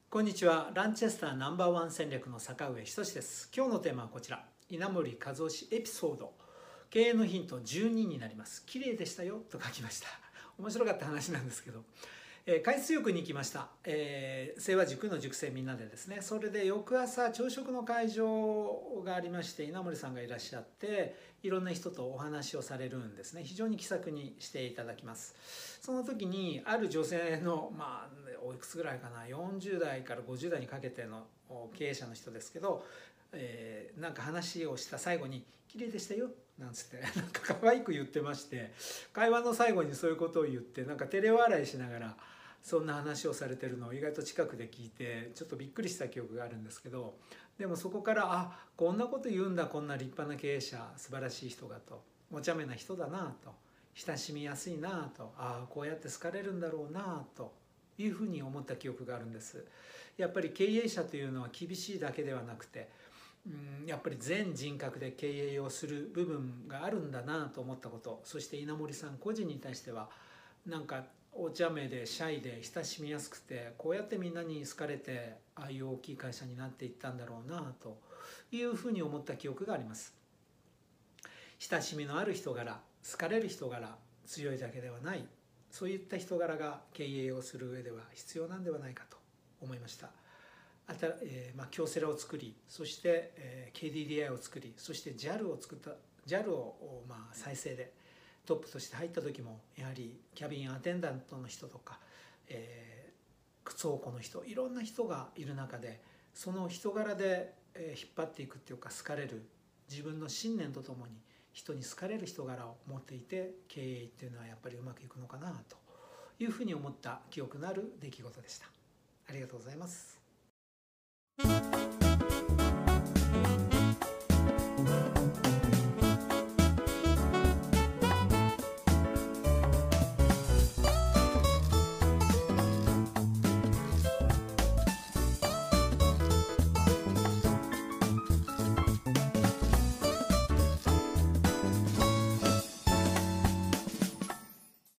こんにちは。ランチェスターナンバーワン戦略の坂上仁です。今日のテーマはこちら。稲森和夫氏エピソード。経営のヒント12になります。綺麗でしたよと書きました。面白かった話なんですけど。海水浴に行きました。清和塾の塾生みんなでですね。それで翌朝朝食の会場がありまして、稲森さんがいらっしゃって、いろんな人とお話をされるんですね。非常に気さくにしていただきます。その時にある女性のおいくつぐらいかな、40代から50代にかけての経営者の人ですけど、なんか話をした最後に「綺麗でしたよ」なんつってなんか可愛く言ってまして、会話の最後にそういうことを言ってなんか照れ笑いしながらそんな話をされてるのを意外と近くで聞いてちょっとびっくりした記憶があるんですけど、でもそこからこんなこと言うんだ、こんな立派な経営者、素晴らしい人がと、お茶目な人だなと、親しみやすいなと、こうやって好かれるんだろうなというふうに思った記憶があるんです。やっぱり経営者というのは厳しいだけではなくて、やっぱり全人格で経営をする部分があるんだなと思ったこと、そして稲森さん個人に対してはなんかお茶目でシャイで親しみやすくて、こうやってみんなに好かれてああいう大きい会社になっていったんだろうなというふうに思った記憶があります。親しみのある人柄、好かれる人柄、強いだけではない、そういった人柄が経営をする上では必要なんではないかと思いました。京セラを作り、そして、KDDI を作り、そして JAL を作った JAL を再生でトップとして入った時もやはりキャビンアテンダントの人とか、倉庫の人、いろんな人がいる中でその人柄で引っ張っていくっていうか、好かれる、自分の信念とともに人に好かれる人柄を持っていて経営っていうのはやっぱりうまくいくのかなというふうに思った記憶のある出来事でした。ありがとうございます。